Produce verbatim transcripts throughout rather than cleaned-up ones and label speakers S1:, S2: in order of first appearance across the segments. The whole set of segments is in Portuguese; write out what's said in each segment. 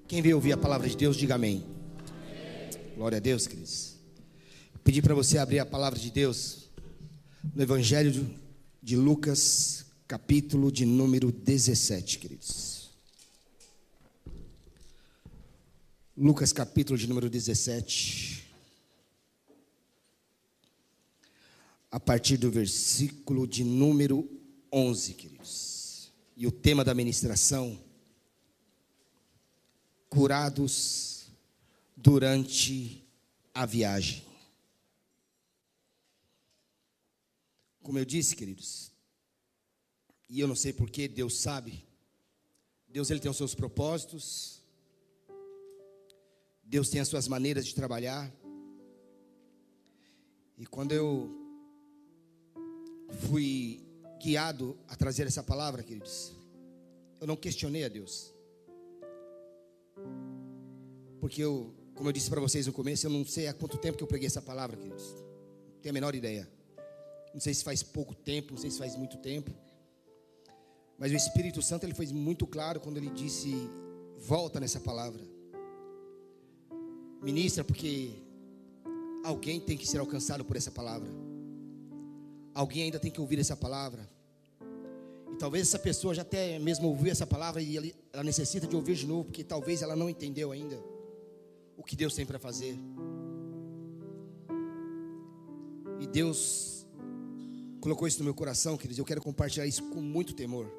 S1: Quem veio ouvir a palavra de Deus, diga amém. Amém. Glória a Deus, queridos. Pedi para você abrir a palavra de Deus no Evangelho de, de Lucas, capítulo de número dezessete, queridos. Lucas, capítulo de número dezessete. A partir do versículo de número onze, queridos. E o tema da ministração: curados durante a viagem. Como eu disse, queridos, e eu não sei porquê, Deus sabe. Deus, ele tem os seus propósitos. Deus tem as suas maneiras de trabalhar. E quando eu fui guiado a trazer essa palavra, queridos, eu não questionei a Deus. Porque eu, como eu disse para vocês no começo, eu não sei há quanto tempo que eu preguei essa palavra, queridos. Não tenho a menor ideia. Não sei se faz pouco tempo, não sei se faz muito tempo. Mas o Espírito Santo, ele foi muito claro quando ele disse: volta nessa palavra. Ministra, porque alguém tem que ser alcançado por essa palavra. Alguém ainda tem que ouvir essa palavra. E talvez essa pessoa já até mesmo ouviu essa palavra e ela necessita de ouvir de novo, porque talvez ela não entendeu ainda o que Deus tem para fazer. E Deus colocou isso no meu coração, queridos. Eu quero compartilhar isso com muito temor,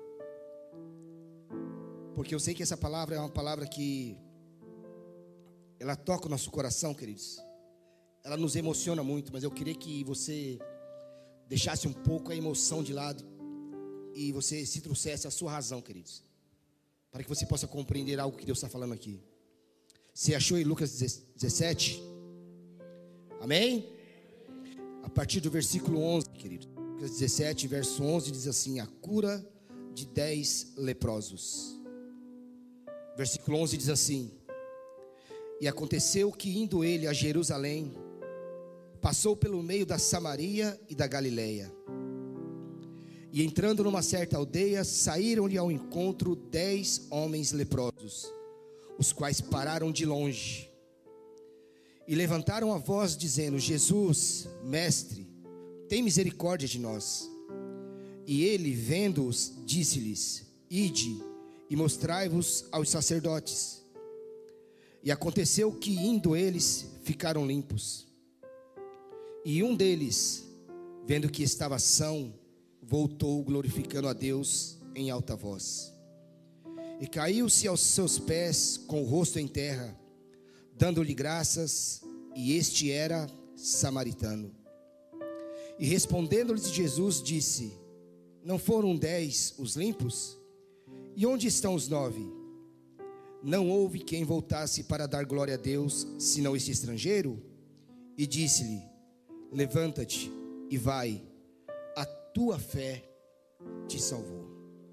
S1: porque eu sei que essa palavra é uma palavra que ela toca o nosso coração, queridos. Ela nos emociona muito, mas eu queria que você deixasse um pouco a emoção de lado e você se trouxesse a sua razão, queridos, para que você possa compreender algo que Deus está falando aqui. Você achou em Lucas dezessete? Amém? A partir do versículo onze, queridos. Lucas dezessete, verso onze, diz assim: a cura de dez leprosos. Versículo onze diz assim: e aconteceu que, indo ele a Jerusalém, passou pelo meio da Samaria e da Galileia. E entrando numa certa aldeia, saíram-lhe ao encontro dez homens leprosos, os quais pararam de longe e levantaram a voz, dizendo: Jesus, mestre, tem misericórdia de nós. E ele, vendo-os, disse-lhes: ide e mostrai-vos aos sacerdotes. E aconteceu que, indo eles, ficaram limpos. E um deles, vendo que estava são, voltou glorificando a Deus em alta voz. E caiu-se aos seus pés com o rosto em terra, dando-lhe graças, e este era samaritano. E respondendo-lhes Jesus, disse: não foram dez os limpos? E onde estão os nove? Não houve quem voltasse para dar glória a Deus, senão esse estrangeiro? E disse-lhe: levanta-te e vai, a tua fé te salvou.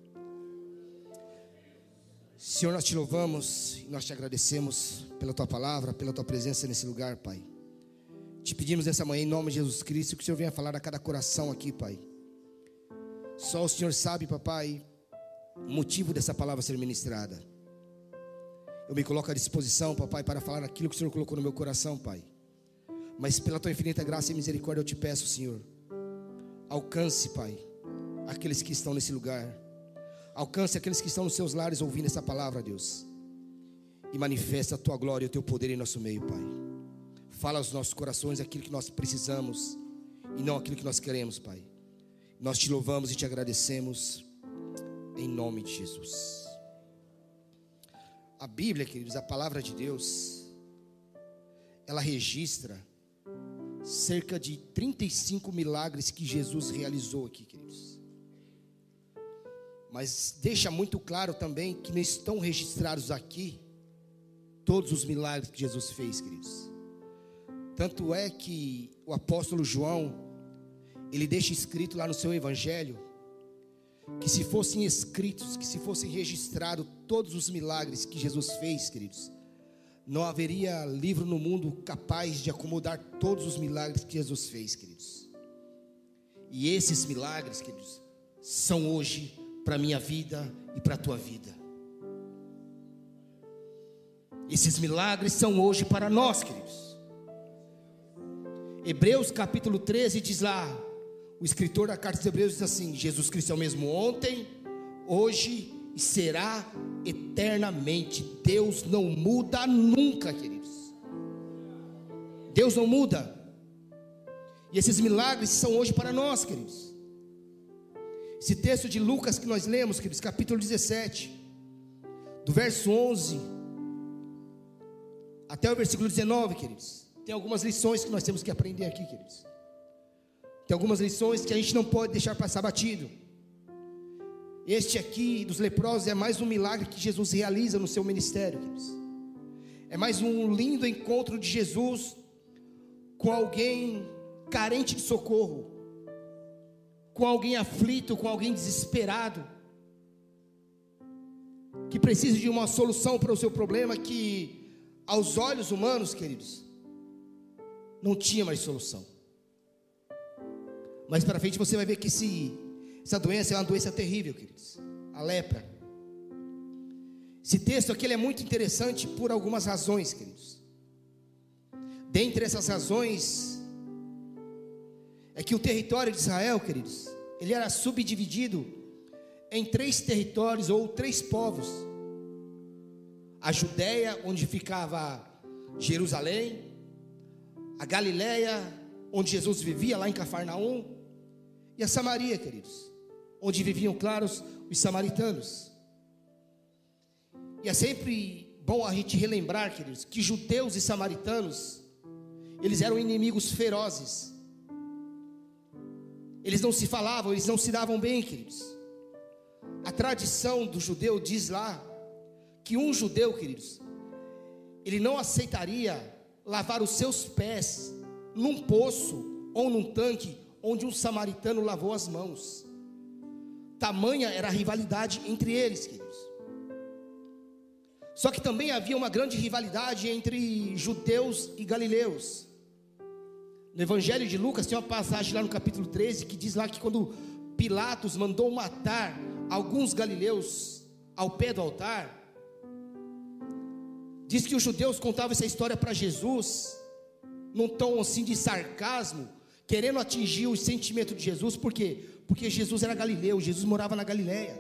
S1: Senhor, nós te louvamos e nós te agradecemos pela tua palavra, pela tua presença nesse lugar, Pai. Te pedimos nessa manhã, em nome de Jesus Cristo, que o Senhor venha falar a cada coração aqui, Pai. Só o Senhor sabe, papai, o motivo dessa palavra ser ministrada. Eu me coloco à disposição, papai, para falar aquilo que o Senhor colocou no meu coração, Pai. Mas pela tua infinita graça e misericórdia eu te peço, Senhor, alcance, Pai, aqueles que estão nesse lugar. Alcance aqueles que estão nos seus lares ouvindo essa palavra, Deus. E manifesta a tua glória e o teu poder em nosso meio, Pai. Fala aos nossos corações aquilo que nós precisamos e não aquilo que nós queremos, Pai. Nós te louvamos e te agradecemos em nome de Jesus. A Bíblia, queridos, a palavra de Deus, ela registra cerca de trinta e cinco milagres que Jesus realizou aqui, queridos. Mas deixa muito claro também que não estão registrados aqui todos os milagres que Jesus fez, queridos. Tanto é que o apóstolo João, ele deixa escrito lá no seu evangelho, que se fossem escritos, que se fossem registrados todos os milagres que Jesus fez, queridos, não haveria livro no mundo capaz de acomodar todos os milagres que Jesus fez, queridos. E esses milagres, queridos, são hoje para a minha vida e para a tua vida. Esses milagres são hoje para nós, queridos. Hebreus capítulo treze diz lá, o escritor da carta dos Hebreus diz assim: Jesus Cristo é o mesmo ontem, hoje e será eternamente. Deus não muda nunca, queridos. Deus não muda. E esses milagres são hoje para nós, queridos. Esse texto de Lucas que nós lemos, queridos, capítulo dezessete, do verso onze até o versículo dezenove, queridos, tem algumas lições que nós temos que aprender aqui, queridos. Tem algumas lições que a gente não pode deixar passar batido. Este aqui dos leprosos é mais um milagre que Jesus realiza no seu ministério, queridos. É mais um lindo encontro de Jesus com alguém carente de socorro, com alguém aflito, com alguém desesperado, que precisa de uma solução para o seu problema, que aos olhos humanos, queridos, não tinha mais solução. Mas para frente você vai ver que esse, essa doença é uma doença terrível, queridos, a lepra. Esse texto aqui ele é muito interessante por algumas razões, queridos. Dentre essas razões é que o território de Israel, queridos, ele era subdividido em três territórios ou três povos: a Judéia, onde ficava Jerusalém; a Galileia, onde Jesus vivia, lá em Cafarnaum; e a Samaria, queridos, onde viviam, claro, os, os samaritanos. E é sempre bom a gente relembrar, queridos, que judeus e samaritanos, eles eram inimigos ferozes. Eles não se falavam, eles não se davam bem, queridos. A tradição do judeu diz lá que um judeu, queridos, ele não aceitaria lavar os seus pés num poço ou num tanque onde um samaritano lavou as mãos. Tamanha era a rivalidade entre eles, queridos. Só que também havia uma grande rivalidade entre judeus e galileus. No Evangelho de Lucas tem uma passagem lá no capítulo treze que diz lá que quando Pilatos mandou matar alguns galileus ao pé do altar, diz que os judeus contavam essa história para Jesus num tom assim de sarcasmo, querendo atingir o sentimento de Jesus. Por quê? Porque Jesus era galileu, Jesus morava na Galileia.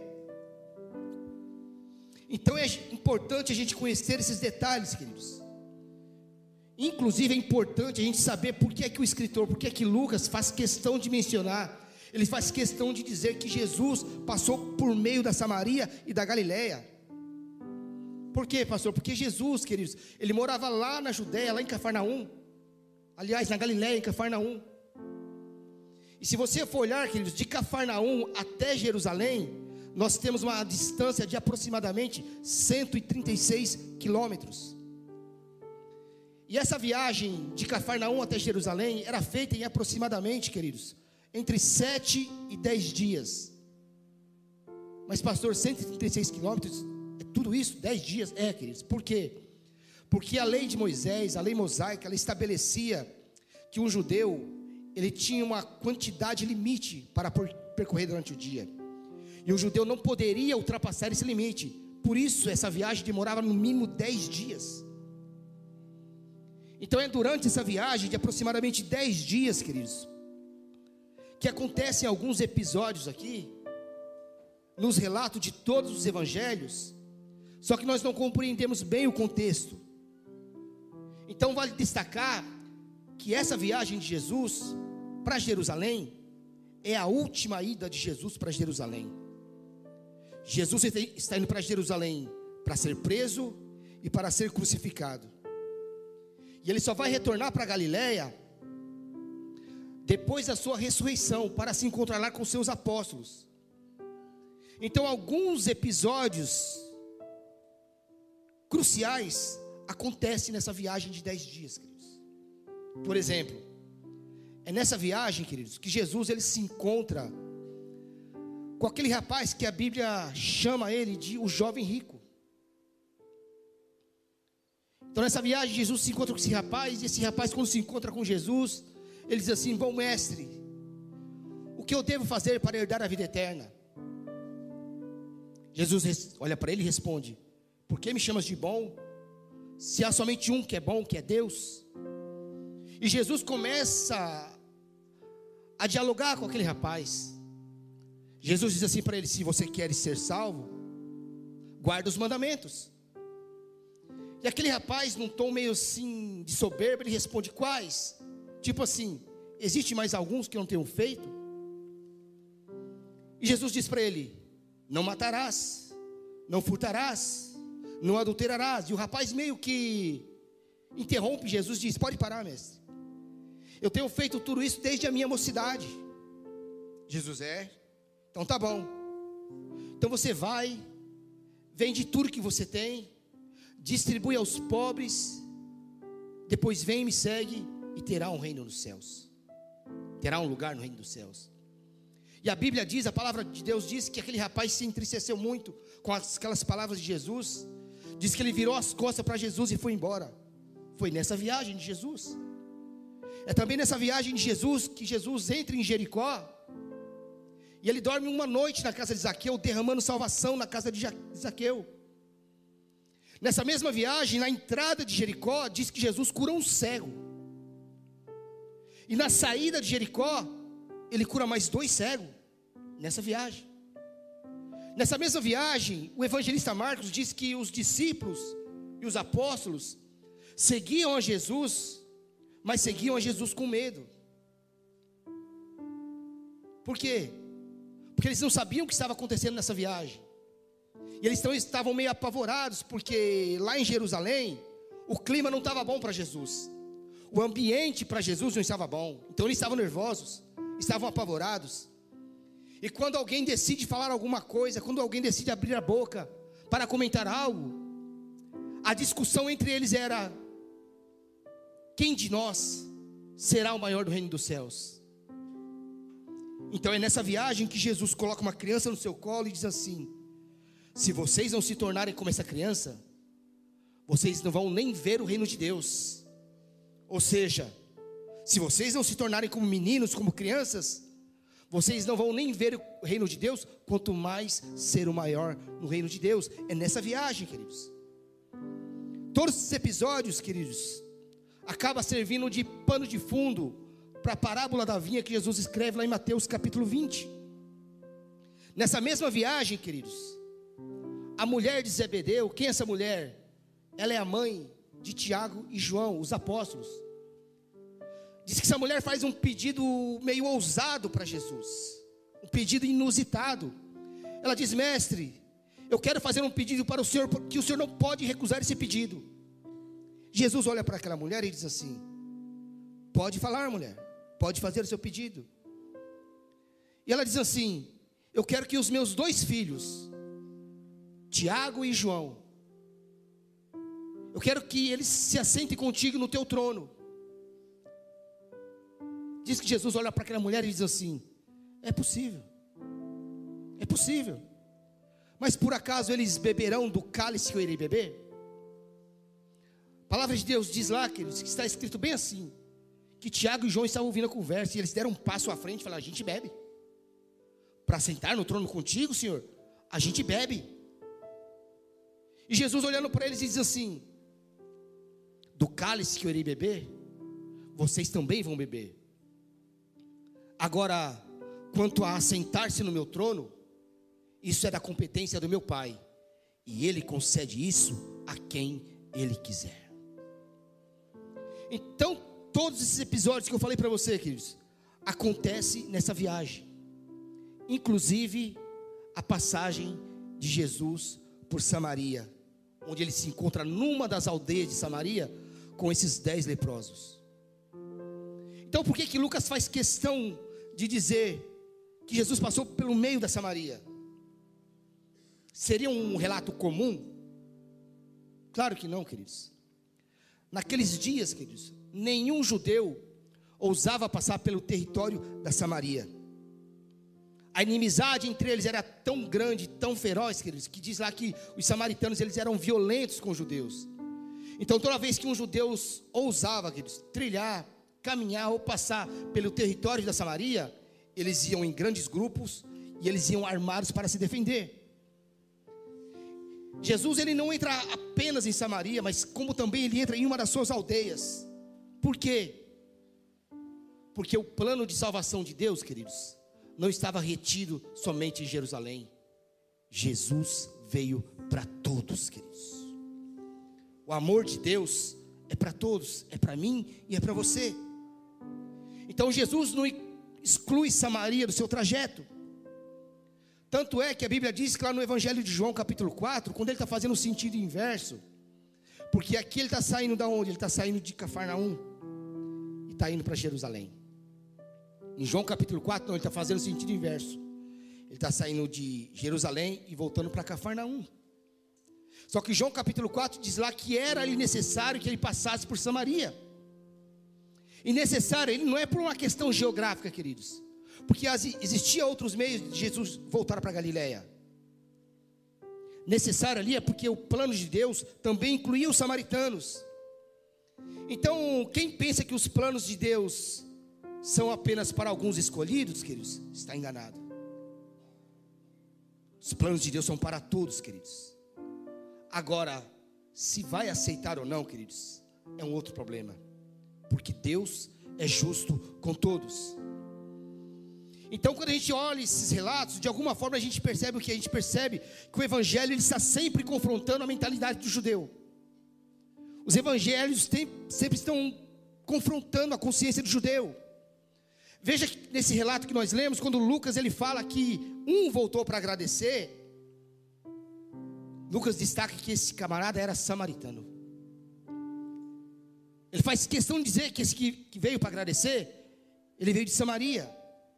S1: Então é importante a gente conhecer esses detalhes, queridos. Inclusive é importante a gente saber por que é que o escritor, por que é que Lucas faz questão de mencionar, ele faz questão de dizer que Jesus passou por meio da Samaria e da Galileia. Por quê, pastor? Porque Jesus, queridos, ele morava lá na Judéia, lá em Cafarnaum. Aliás, na Galileia, em Cafarnaum. E se você for olhar, queridos, de Cafarnaum até Jerusalém, nós temos uma distância de aproximadamente cento e trinta e seis quilômetros. E essa viagem de Cafarnaum até Jerusalém era feita em aproximadamente, queridos, entre sete e dez dias. Mas pastor, cento e trinta e seis quilômetros, é tudo isso? dez dias? É, queridos. Por quê? Porque a lei de Moisés, a lei mosaica, ela estabelecia que um judeu, ele tinha uma quantidade limite para percorrer durante o dia. E o judeu não poderia ultrapassar esse limite. Por isso essa viagem demorava no mínimo dez dias. Então é durante essa viagem de aproximadamente dez dias, queridos, que acontecem alguns episódios aqui, nos relatos de todos os evangelhos, só que nós não compreendemos bem o contexto. Então vale destacar que essa viagem de Jesus para Jerusalém é a última ida de Jesus para Jerusalém. Jesus está indo para Jerusalém para ser preso e para ser crucificado. E ele só vai retornar para Galileia depois da sua ressurreição, para se encontrar lá com seus apóstolos. Então alguns episódios cruciais acontecem nessa viagem de dez dias, queridos. Por exemplo, é nessa viagem, queridos, que Jesus ele se encontra com aquele rapaz que a Bíblia chama ele de o jovem rico. Então nessa viagem Jesus se encontra com esse rapaz, e esse rapaz, quando se encontra com Jesus, ele diz assim: bom mestre, o que eu devo fazer para herdar a vida eterna? Jesus olha para ele e responde: por que me chamas de bom? se há somente um que é bom, que é Deus. E Jesus começa a dialogar com aquele rapaz. Jesus diz assim para ele: se você quer ser salvo, guarda os mandamentos. E aquele rapaz, num tom meio assim de soberba, ele responde: quais? Tipo assim, existe mais alguns que eu não tenho feito? E Jesus diz para ele: não matarás, não furtarás, não adulterarás. E o rapaz meio que interrompe Jesus e diz: pode parar, mestre, eu tenho feito tudo isso desde a minha mocidade. Jesus: é? Então tá bom. Então você vai, vende tudo que você tem, distribui aos pobres, depois vem e me segue, e terá um reino nos céus. Terá um lugar no reino dos céus. E a Bíblia diz, a palavra de Deus diz que aquele rapaz se entristeceu muito com aquelas palavras de Jesus. Diz que ele virou as costas para Jesus e foi embora. Foi nessa viagem de Jesus. É também nessa viagem de Jesus que Jesus entra em Jericó. E ele dorme uma noite na casa de Zaqueu, derramando salvação na casa de Zaqueu. Nessa mesma viagem, na entrada de Jericó, diz que Jesus cura um cego. E na saída de Jericó, ele cura mais dois cegos. Nessa viagem. Nessa mesma viagem, o evangelista Marcos diz que os discípulos e os apóstolos seguiam a Jesus, mas seguiam a Jesus com medo. Por quê? Porque eles não sabiam o que estava acontecendo nessa viagem. E eles estavam meio apavorados, porque lá em Jerusalém, o clima não estava bom para Jesus. O ambiente para Jesus não estava bom. Então eles estavam nervosos, estavam apavorados. E quando alguém decide falar alguma coisa, quando alguém decide abrir a boca para comentar algo, a discussão entre eles era: quem de nós será o maior do reino dos céus? Então é nessa viagem que Jesus coloca uma criança no seu colo e diz assim: se vocês não se tornarem como essa criança, vocês não vão nem ver o reino de Deus. Ou seja, se vocês não se tornarem como meninos, como crianças, vocês não vão nem ver o reino de Deus, quanto mais ser o maior no reino de Deus. É nessa viagem, queridos. Todos esses episódios, queridos, acaba servindo de pano de fundo para a parábola da vinha que Jesus escreve lá em Mateus capítulo vinte. Nessa mesma viagem, queridos, a mulher de Zebedeu, quem é essa mulher? Ela é a mãe de Tiago e João, os apóstolos. Diz que essa mulher faz um pedido meio ousado para Jesus, um pedido inusitado. Ela diz: mestre, eu quero fazer um pedido para o Senhor, que o Senhor não pode recusar esse pedido. Jesus olha para aquela mulher e diz assim: pode falar, mulher, pode fazer o seu pedido. E ela diz assim: eu quero que os meus dois filhos, Tiago e João, eu quero que eles se assentem contigo no teu trono. Diz que Jesus olha para aquela mulher e diz assim: é possível, é possível, mas por acaso eles beberão do cálice que eu irei beber? A palavra de Deus diz lá, queridos, que está escrito bem assim, que Tiago e João estavam ouvindo a conversa, e eles deram um passo à frente e falaram: a gente bebe, para sentar no trono contigo, Senhor, a gente bebe. E Jesus olhando para eles diz assim: do cálice que eu irei beber, vocês também vão beber. Agora, quanto a assentar-se no meu trono, isso é da competência do meu Pai, e Ele concede isso a quem Ele quiser. Então, todos esses episódios que eu falei para você, queridos, acontece nessa viagem, inclusive a passagem de Jesus por Samaria, onde ele se encontra numa das aldeias de Samaria com esses dez leprosos. Então por que que Lucas faz questão de dizer que Jesus passou pelo meio da Samaria? Seria um relato comum? Claro que não, queridos. Naqueles dias, queridos, nenhum judeu ousava passar pelo território da Samaria. A inimizade entre eles era tão grande, tão feroz, queridos, que diz lá que os samaritanos, eles eram violentos com os judeus. Então toda vez que um judeu ousava, queridos, trilhar, caminhar ou passar pelo território da Samaria, eles iam em grandes grupos e eles iam armados para se defender. Jesus ele não entra apenas em Samaria, mas como também ele entra em uma das suas aldeias. Por quê? Porque o plano de salvação de Deus, queridos, não estava retido somente em Jerusalém. Jesus veio para todos, queridos. O amor de Deus é para todos, é para mim e é para você. Então Jesus não exclui Samaria do seu trajeto. Tanto é que a Bíblia diz que lá no Evangelho de João capítulo quatro, quando ele está fazendo o sentido inverso, porque aqui ele está saindo da onde? Ele está saindo de Cafarnaum e está indo para Jerusalém. Em João capítulo quatro, não, ele está fazendo o sentido inverso. Ele está saindo de Jerusalém e voltando para Cafarnaum. Só que João capítulo quatro diz lá que era ali necessário que ele passasse por Samaria. E necessário, ele não é por uma questão geográfica, queridos, porque existia outros meios de Jesus voltar para Galileia. Necessário ali é porque o plano de Deus também incluía os samaritanos. Então, quem pensa que os planos de Deus são apenas para alguns escolhidos, queridos, está enganado. Os planos de Deus são para todos, queridos. Agora, se vai aceitar ou não, queridos, é um outro problema, porque Deus é justo com todos. Então, quando a gente olha esses relatos, de alguma forma a gente percebe o que? A gente percebe que o Evangelho ele está sempre confrontando a mentalidade do judeu. Os Evangelhos tem, sempre estão confrontando a consciência do judeu. Veja que nesse relato que nós lemos, quando Lucas ele fala que um voltou para agradecer, Lucas destaca que esse camarada era samaritano. Ele faz questão de dizer que esse que, que veio para agradecer, ele veio de Samaria.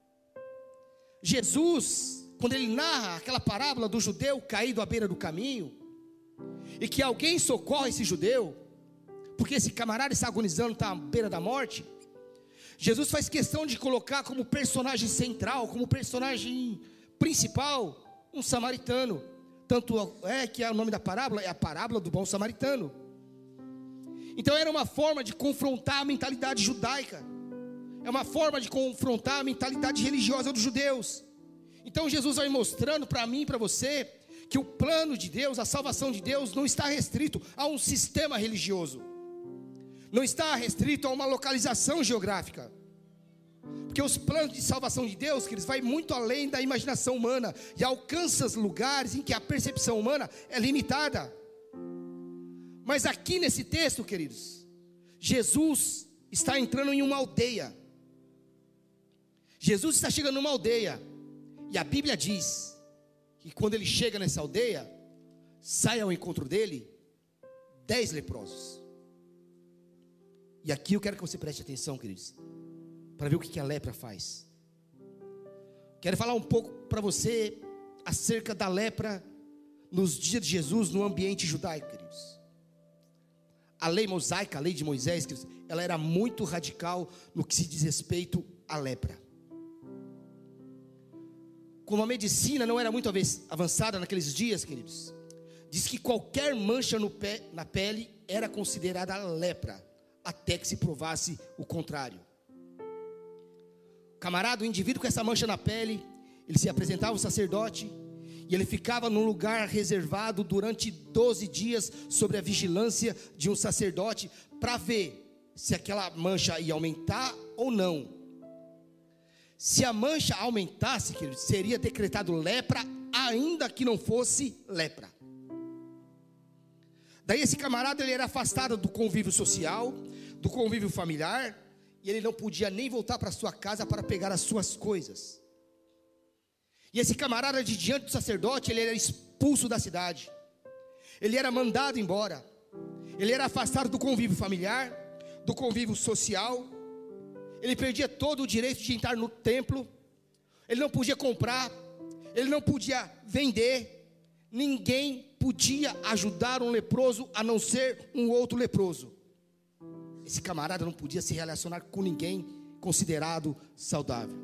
S1: Jesus, quando ele narra aquela parábola do judeu caído à beira do caminho, e que alguém socorre esse judeu, porque esse camarada está agonizando, está à beira da morte, Jesus faz questão de colocar como personagem central, como personagem principal, um samaritano. Tanto é que é o nome da parábola, é a parábola do bom samaritano. Então era uma forma de confrontar a mentalidade judaica, é uma forma de confrontar a mentalidade religiosa dos judeus. Então Jesus vai mostrando para mim e para você, que o plano de Deus, a salvação de Deus, não está restrito a um sistema religioso, não está restrito a uma localização geográfica, porque os planos de salvação de Deus, que eles vai muito além da imaginação humana, e alcança os lugares em que a percepção humana é limitada. Mas aqui nesse texto, queridos, Jesus está entrando em uma aldeia, Jesus está chegando numa aldeia, e a Bíblia diz, que quando ele chega nessa aldeia, sai ao encontro dele, dez leprosos. E aqui eu quero que você preste atenção, queridos, para ver o que a lepra faz. Quero falar um pouco para você acerca da lepra nos dias de Jesus no ambiente judaico, queridos. A lei mosaica, a lei de Moisés, queridos, ela era muito radical no que se diz respeito à lepra. Como a medicina não era muito avançada naqueles dias, queridos, diz que qualquer mancha no pé, na pele era considerada lepra, até que se provasse o contrário. O camarada, o indivíduo com essa mancha na pele, ele se apresentava ao sacerdote, e ele ficava num lugar reservado durante doze dias, sob a vigilância de um sacerdote, para ver se aquela mancha ia aumentar ou não. Se a mancha aumentasse, querido, seria decretado lepra, ainda que não fosse lepra. Daí esse camarada ele era afastado do convívio social, do convívio familiar, e ele não podia nem voltar para sua casa para pegar as suas coisas. E esse camarada, de diante do sacerdote, ele era expulso da cidade, ele era mandado embora, ele era afastado do convívio familiar, do convívio social, ele perdia todo o direito de entrar no templo, ele não podia comprar, ele não podia vender, ninguém podia ajudar um leproso a não ser um outro leproso. Esse camarada não podia se relacionar com ninguém considerado saudável.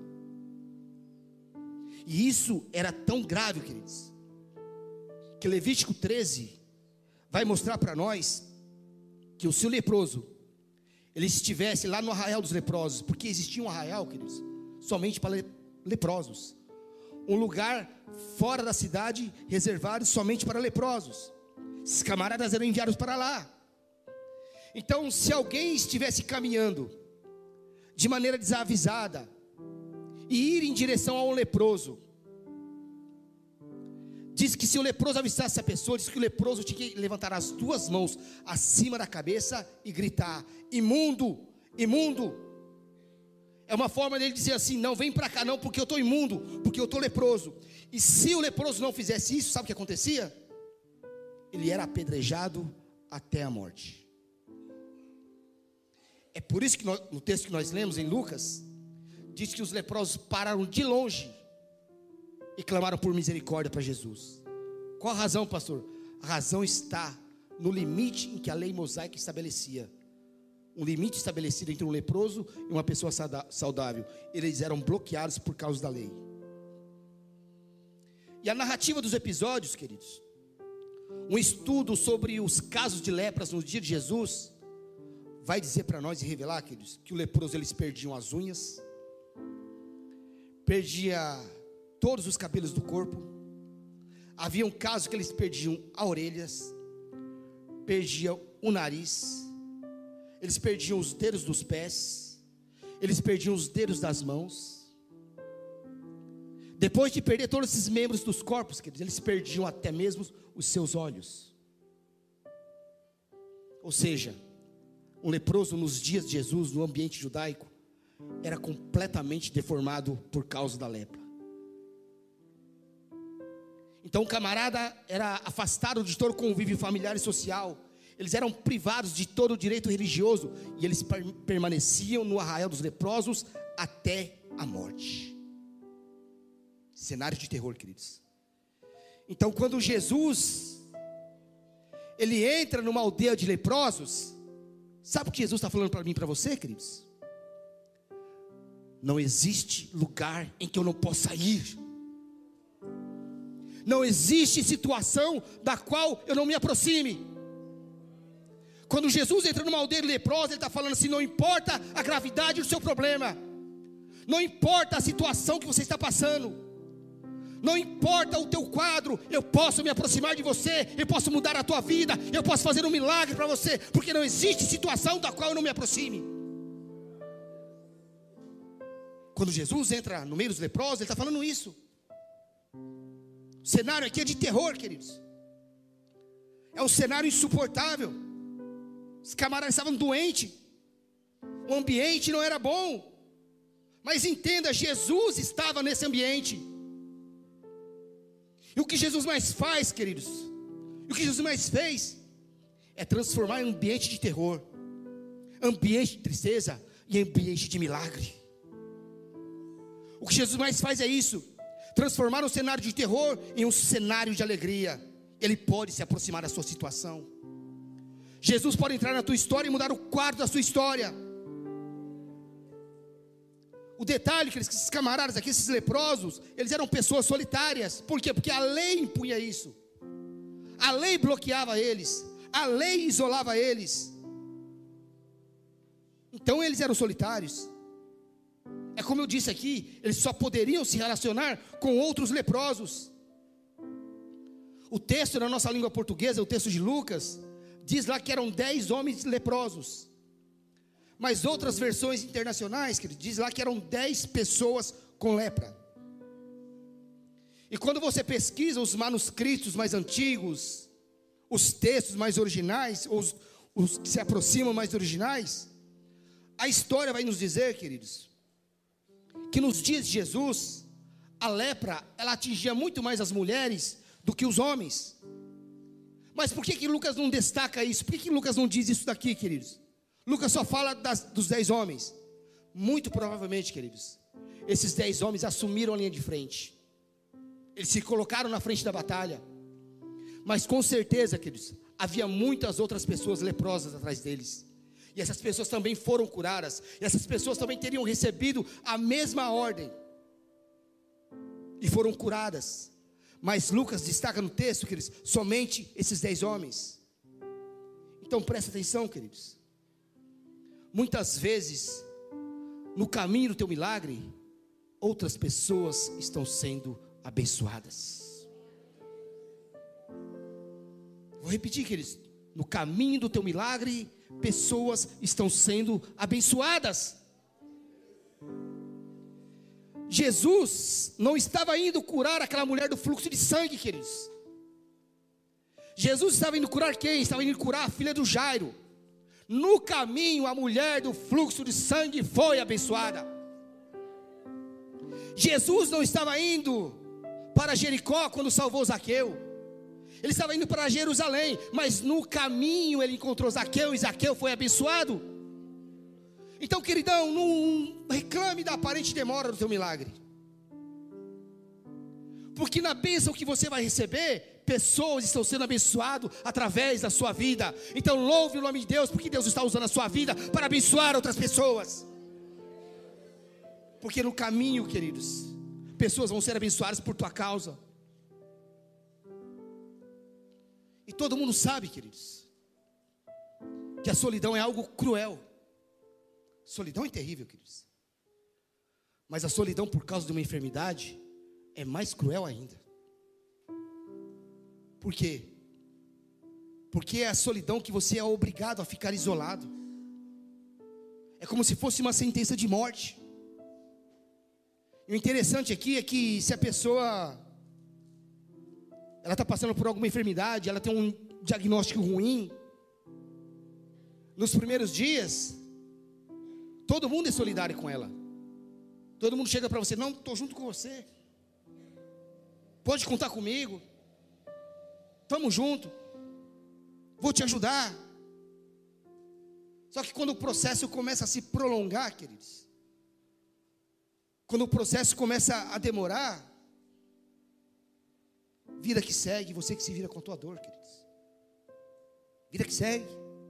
S1: E isso era tão grave, queridos, que Levítico treze vai mostrar para nós que o seu leproso, ele estivesse lá no arraial dos leprosos, porque existia um arraial, queridos, somente para leprosos, um lugar fora da cidade, reservado somente para leprosos. Esses camaradas eram enviados para lá. Então, se alguém estivesse caminhando de maneira desavisada e ir em direção a um leproso, diz que se o leproso avistasse essa pessoa, diz que o leproso tinha que levantar as duas mãos acima da cabeça e gritar: imundo, imundo. É uma forma dele dizer assim: não, vem para cá não, porque eu estou imundo, porque eu estou leproso. E se o leproso não fizesse isso, sabe o que acontecia? Ele era apedrejado até a morte. É por isso que nós, no texto que nós lemos em Lucas, diz que os leprosos pararam de longe e clamaram por misericórdia para Jesus. Qual a razão, pastor? A razão está no limite em que a lei mosaica estabelecia. Um limite estabelecido entre um leproso e uma pessoa saudável. Eles eram bloqueados por causa da lei. E a narrativa dos episódios, queridos, um estudo sobre os casos de lepras no dia de Jesus, vai dizer para nós e revelar, queridos, que o leproso, eles perdiam as unhas, perdia todos os cabelos do corpo. Havia um caso que eles perdiam as orelhas, perdiam o nariz, eles perdiam os dedos dos pés, eles perdiam os dedos das mãos. Depois de perder todos esses membros dos corpos, queridos, eles perdiam até mesmo os seus olhos. Ou seja, um leproso nos dias de Jesus, no ambiente judaico, era completamente deformado por causa da lepra. Então o camarada era afastado de todo convívio familiar e social. Eles eram privados de todo o direito religioso, e eles permaneciam no arraial dos leprosos até a morte. Cenário de terror, queridos. Então quando Jesus ele entra numa aldeia de leprosos, sabe o que Jesus está falando para mim e para você, queridos? Não existe lugar em que eu não possa ir. Não existe situação da qual eu não me aproxime. Quando Jesus entra numa aldeia leprosa, ele está falando assim: não importa a gravidade do seu problema, não importa a situação que você está passando, não importa o teu quadro, eu posso me aproximar de você, eu posso mudar a tua vida, eu posso fazer um milagre para você, porque não existe situação da qual eu não me aproxime. Quando Jesus entra no meio dos leprosos, ele está falando isso. O cenário aqui é de terror, queridos. É um cenário insuportável. Os camaradas estavam doentes, o ambiente não era bom. Mas entenda, Jesus estava nesse ambiente. E o que Jesus mais faz, queridos, e o que Jesus mais fez, é transformar um ambiente de terror, ambiente de tristeza, em ambiente de milagre. O que Jesus mais faz é isso: transformar um cenário de terror em um cenário de alegria. Ele pode se aproximar da sua situação. Jesus pode entrar na tua história e mudar o quadro da sua história. O detalhe é que esses camaradas aqui, esses leprosos, eles eram pessoas solitárias. Por quê? Porque a lei impunha isso. A lei bloqueava eles, a lei isolava eles. Então eles eram solitários. É como eu disse aqui, eles só poderiam se relacionar com outros leprosos. O texto na nossa língua portuguesa, o texto de Lucas, diz lá que eram dez homens leprosos. Mas outras versões internacionais, que diz lá que eram dez pessoas com lepra. E quando você pesquisa os manuscritos mais antigos, os textos mais originais, os, os que se aproximam mais originais, a história vai nos dizer, queridos, que nos dias de Jesus, a lepra, ela atingia muito mais as mulheres do que os homens. Mas por que que Lucas não destaca isso? Por que que Lucas não diz isso daqui, queridos? Lucas só fala das, dos dez homens. Muito provavelmente, queridos, esses dez homens assumiram a linha de frente. Eles se colocaram na frente da batalha. Mas com certeza, queridos, havia muitas outras pessoas leprosas atrás deles. E essas pessoas também foram curadas. E essas pessoas também teriam recebido a mesma ordem. E foram curadas. Mas Lucas destaca no texto, queridos, somente esses dez homens. Então presta atenção, queridos. Muitas vezes, no caminho do teu milagre, outras pessoas estão sendo abençoadas. Vou repetir, queridos. No caminho do teu milagre, pessoas estão sendo abençoadas. Jesus não estava indo curar aquela mulher do fluxo de sangue, queridos. Jesus estava indo curar quem? Estava indo curar a filha do Jairo. No caminho, a mulher do fluxo de sangue foi abençoada. Jesus não estava indo para Jericó quando salvou Zaqueu. Ele estava indo para Jerusalém, mas no caminho ele encontrou Zaqueu e Zaqueu foi abençoado. Então, queridão, não reclame da aparente demora do teu milagre. Porque na bênção que você vai receber, pessoas estão sendo abençoadas através da sua vida. Então louve o nome de Deus, porque Deus está usando a sua vida para abençoar outras pessoas. Porque no caminho, queridos, pessoas vão ser abençoadas por tua causa. E todo mundo sabe, queridos, que a solidão é algo cruel. Solidão é terrível, queridos. Mas a solidão por causa de uma enfermidade é mais cruel ainda. Por quê? Porque é a solidão que você é obrigado a ficar isolado. É como se fosse uma sentença de morte. E o interessante aqui é que se a pessoa ela está passando por alguma enfermidade, ela tem um diagnóstico ruim, nos primeiros dias, todo mundo é solidário com ela. Todo mundo chega para você, não, estou junto com você. Pode contar comigo. Estamos juntos. Vou te ajudar. Só que quando o processo começa a se prolongar, queridos, quando o processo começa a demorar, vida que segue, você que se vira com a tua dor, queridos. Vida que segue.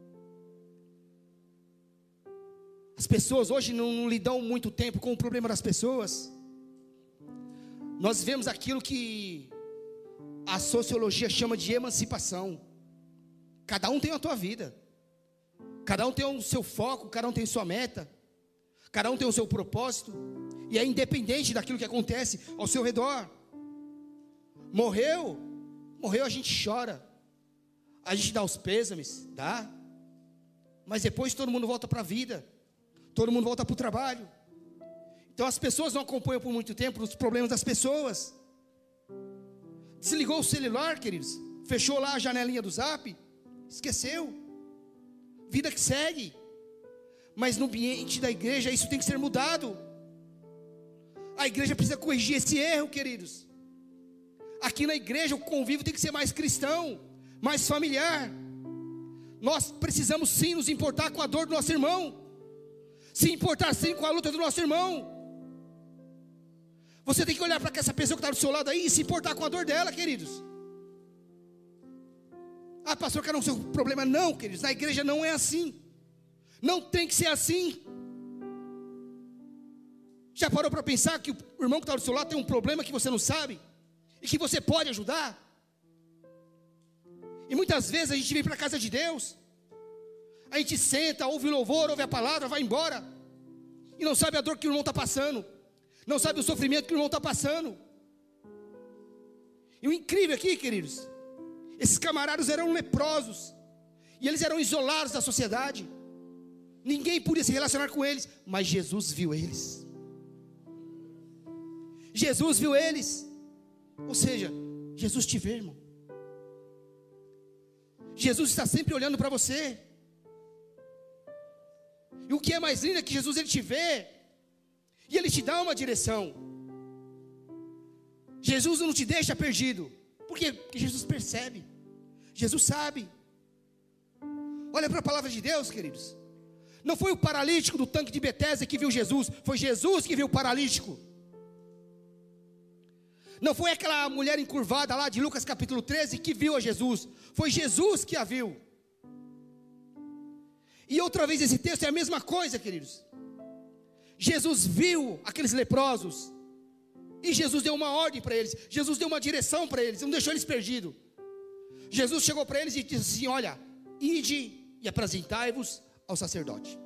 S1: As pessoas hoje não, não lidam muito tempo com o problema das pessoas. Nós vemos aquilo que a sociologia chama de emancipação. Cada um tem a tua vida. Cada um tem o seu foco, cada um tem sua meta. Cada um tem o seu propósito. E é independente daquilo que acontece ao seu redor. Morreu, morreu, a gente chora. A gente dá os pêsames, dá. Mas depois todo mundo volta para a vida. Todo mundo volta para o trabalho. Então as pessoas não acompanham por muito tempo os problemas das pessoas. Desligou o celular, queridos. Fechou lá a janelinha do Zap. Esqueceu. Vida que segue. Mas no ambiente da igreja isso tem que ser mudado. A igreja precisa corrigir esse erro, queridos. Aqui na igreja o convívio tem que ser mais cristão, mais familiar. Nós precisamos sim nos importar com a dor do nosso irmão. Se importar sim com a luta do nosso irmão. Você tem que olhar para essa pessoa que está do seu lado aí e se importar com a dor dela, queridos. Ah, pastor, que não é o seu problema. Não, queridos, na igreja não é assim. Não tem que ser assim. Já parou para pensar que o irmão que está do seu lado tem um problema que você não sabe? E que você pode ajudar? E muitas vezes a gente vem para a casa de Deus, a gente senta, ouve o louvor, ouve a palavra, vai embora, e não sabe a dor que o irmão está passando, não sabe o sofrimento que o irmão está passando. E o incrível aqui, queridos, esses camaradas eram leprosos, e eles eram isolados da sociedade, ninguém podia se relacionar com eles, mas Jesus viu eles. Jesus viu eles. Ou seja, Jesus te vê, irmão. Jesus está sempre olhando para você. E o que é mais lindo é que Jesus ele te vê e ele te dá uma direção. Jesus não te deixa perdido. Por quê? Porque Jesus percebe. Jesus sabe. Olha para a palavra de Deus, queridos. Não foi o paralítico do tanque de Betesda que viu Jesus, foi Jesus que viu o paralítico. Não foi aquela mulher encurvada lá de Lucas capítulo treze que viu a Jesus, foi Jesus que a viu. E outra vez esse texto é a mesma coisa, queridos. Jesus viu aqueles leprosos, e Jesus deu uma ordem para eles, Jesus deu uma direção para eles, não deixou eles perdidos. Jesus chegou para eles e disse assim: olha, ide e apresentai-vos ao sacerdote.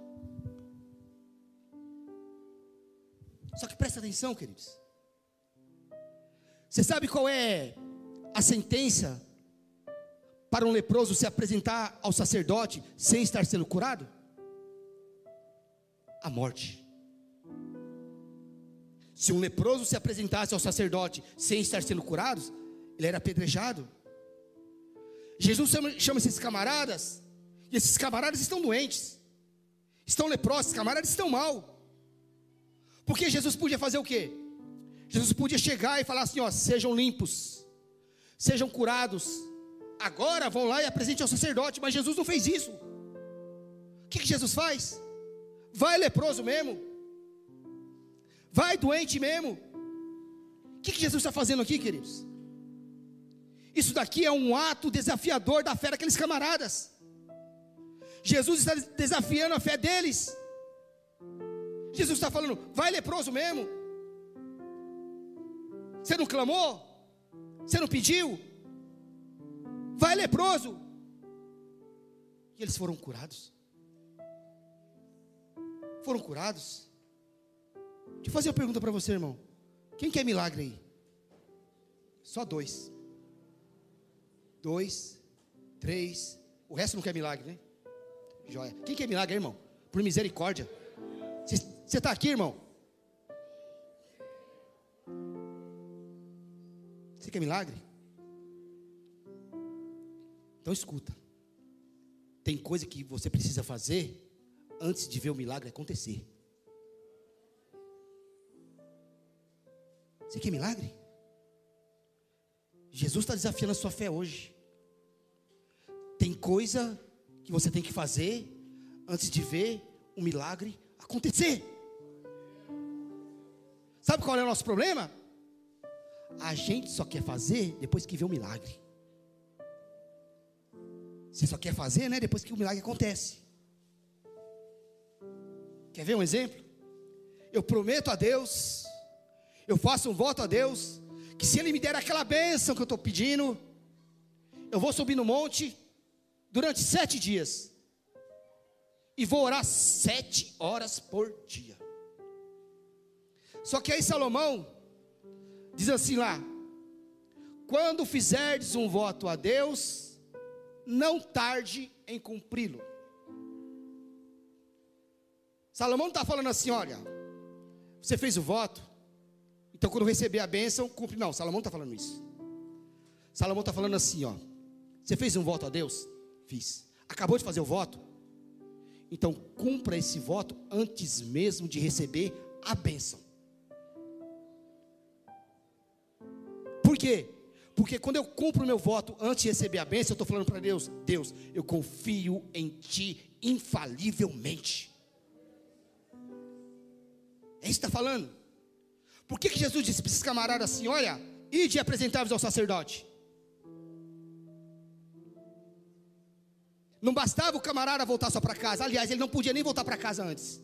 S1: Só que presta atenção, queridos. Você sabe qual é a sentença para um leproso se apresentar ao sacerdote sem estar sendo curado? A morte. Se um leproso se apresentasse ao sacerdote sem estar sendo curado, ele era apedrejado. Jesus chama, chama esses camaradas, e esses camaradas estão doentes, estão leprosos, esses camaradas estão mal. Porque Jesus podia fazer o quê? Jesus podia chegar e falar assim, ó, sejam limpos, sejam curados, agora vão lá e apresentem ao sacerdote. Mas Jesus não fez isso. O que, que Jesus faz? Vai leproso mesmo, vai doente mesmo. O que, que Jesus está fazendo aqui, queridos? Isso daqui é um ato desafiador da fé daqueles camaradas. Jesus está desafiando a fé deles. Jesus está falando, vai leproso mesmo. Você não clamou? Você não pediu? Vai leproso. E eles foram curados. Foram curados. Deixa eu fazer uma pergunta para você, irmão. Quem quer milagre aí? Só dois. Dois, três. O resto não quer milagre, né? Joia. Quem quer milagre, irmão? Por misericórdia. Você está aqui, irmão? Você quer milagre? Então escuta. Tem coisa que você precisa fazer antes de ver o milagre acontecer. Você quer milagre? Jesus está desafiando a sua fé hoje. Tem coisa que você tem que fazer antes de ver o milagre acontecer. Sabe qual é o nosso problema? A gente só quer fazer depois que vê o milagre. Você só quer fazer, né, depois que o milagre acontece. Quer ver um exemplo? Eu prometo a Deus, eu faço um voto a Deus, que se Ele me der aquela bênção que eu estou pedindo, eu vou subir no monte durante sete dias e vou orar sete horas por dia. Só que aí Salomão diz assim lá: quando fizerdes um voto a Deus, não tarde em cumpri-lo. Salomão não está falando assim, olha, você fez o voto, então quando receber a bênção, cumpre. Não, Salomão está falando isso. Salomão está falando assim, ó, você fez um voto a Deus? Fiz. Acabou de fazer o voto? Então cumpra esse voto antes mesmo de receber a bênção. Por quê? Porque quando eu cumpro o meu voto antes de receber a bênção, eu estou falando para Deus: Deus, eu confio em Ti infalivelmente. É isso que está falando. Por que que Jesus disse para esses camaradas assim: olha, ide e apresentai-vos ao sacerdote? Não bastava o camarada voltar só para casa. Aliás, ele não podia nem voltar para casa antes.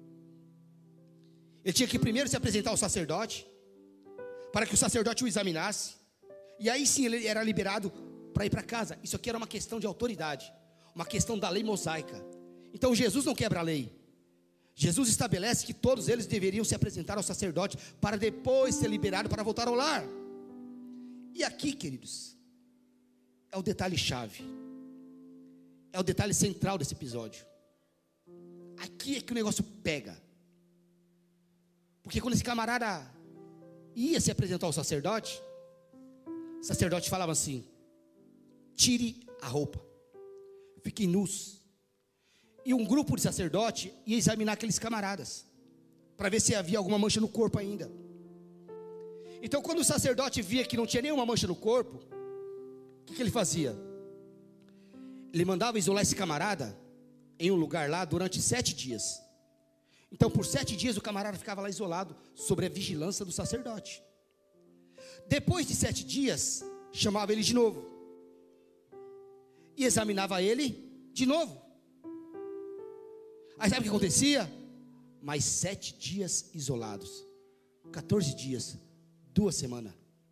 S1: Ele tinha que primeiro se apresentar ao sacerdote, para que o sacerdote o examinasse, e aí sim ele era liberado para ir para casa. Isso aqui era uma questão de autoridade, uma questão da lei mosaica. Então Jesus não quebra a lei. Jesus estabelece que todos eles deveriam se apresentar ao sacerdote para depois ser liberado para voltar ao lar. E aqui, queridos, é o detalhe chave, é o detalhe central desse episódio. Aqui é que o negócio pega. Porque quando esse camarada ia se apresentar ao sacerdote, o sacerdote falava assim: tire a roupa, fiquem nus. E um grupo de sacerdote ia examinar aqueles camaradas, para ver se havia alguma mancha no corpo ainda. Então quando o sacerdote via que não tinha nenhuma mancha no corpo, o que, que ele fazia? Ele mandava isolar esse camarada em um lugar lá durante sete dias. Então por sete dias o camarada ficava lá isolado, sob a vigilância do sacerdote. Depois de sete dias, chamava ele de novo e examinava ele de novo. Aí sabe o que acontecia? Mais sete dias isolados, quatorze dias, duas semanas.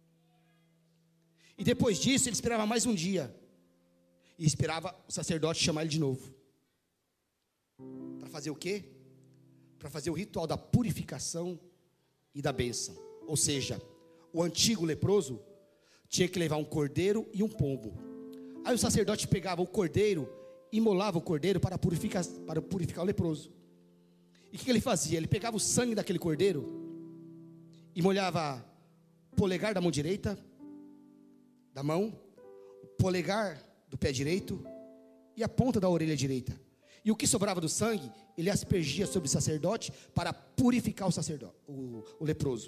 S1: E depois disso ele esperava mais um dia, e esperava o sacerdote chamar ele de novo. Para fazer o quê? Para fazer o ritual da purificação e da bênção. Ou seja, o antigo leproso tinha que levar um cordeiro e um pombo. Aí o sacerdote pegava o cordeiro, imolava o cordeiro para purificar, para purificar o leproso. E o que ele fazia? Ele pegava o sangue daquele cordeiro e molhava o polegar da mão direita, da mão, o polegar do pé direito e a ponta da orelha direita. E o que sobrava do sangue, ele aspergia sobre o sacerdote para purificar o sacerdote, o, o leproso.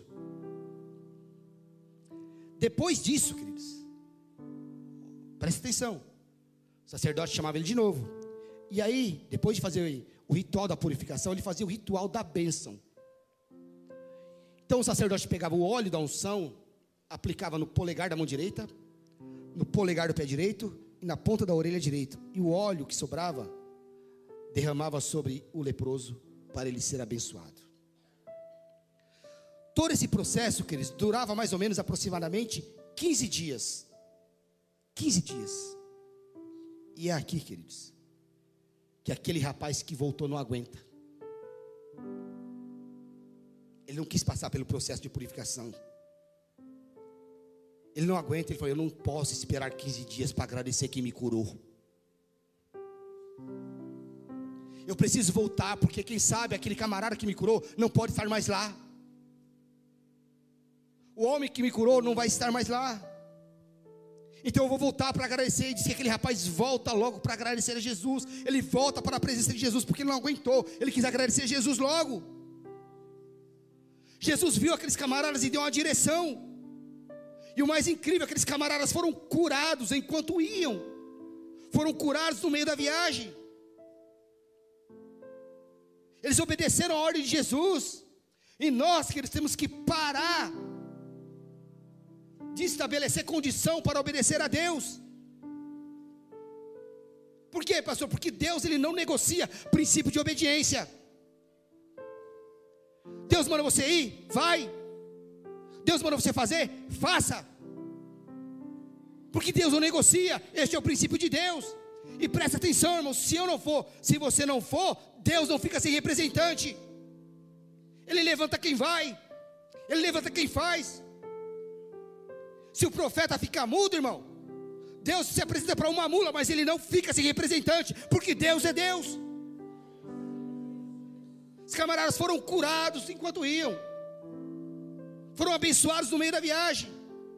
S1: Depois disso, queridos, presta atenção, o sacerdote chamava ele de novo. E aí, depois de fazer o ritual da purificação, ele fazia o ritual da bênção. Então o sacerdote pegava o óleo da unção, aplicava no polegar da mão direita, no polegar do pé direito e na ponta da orelha direita. E o óleo que sobrava, derramava sobre o leproso para ele ser abençoado. Todo esse processo, queridos, durava mais ou menos aproximadamente quinze dias. quinze dias. E é aqui, queridos, que aquele rapaz que voltou não aguenta. Ele não quis passar pelo processo de purificação. Ele não aguenta, ele falou: eu não posso esperar quinze dias para agradecer quem me curou. Eu preciso voltar, porque quem sabe aquele camarada que me curou não pode estar mais lá. O homem que me curou não vai estar mais lá. Então eu vou voltar para agradecer. E diz que aquele rapaz volta logo para agradecer a Jesus. Ele volta para a presença de Jesus, porque ele não aguentou. Ele quis agradecer a Jesus logo. Jesus viu aqueles camaradas e deu uma direção. E o mais incrível, aqueles camaradas foram curados enquanto iam. Foram curados no meio da viagem. Eles obedeceram a ordem de Jesus. E nós, queridos, temos que parar de estabelecer condição para obedecer a Deus. Por quê, pastor? Porque Deus, ele não negocia princípio de obediência. Deus manda você ir? Vai. Deus manda você fazer? Faça. Porque Deus não negocia. Este é o princípio de Deus. E presta atenção, irmãos, se eu não for, se você não for, Deus não fica sem representante. Ele levanta quem vai, Ele levanta quem faz. Se o profeta ficar mudo, irmão, Deus se apresenta para uma mula, mas ele não fica sem representante, porque Deus é Deus. Os camaradas foram curados enquanto iam, foram abençoados no meio da viagem.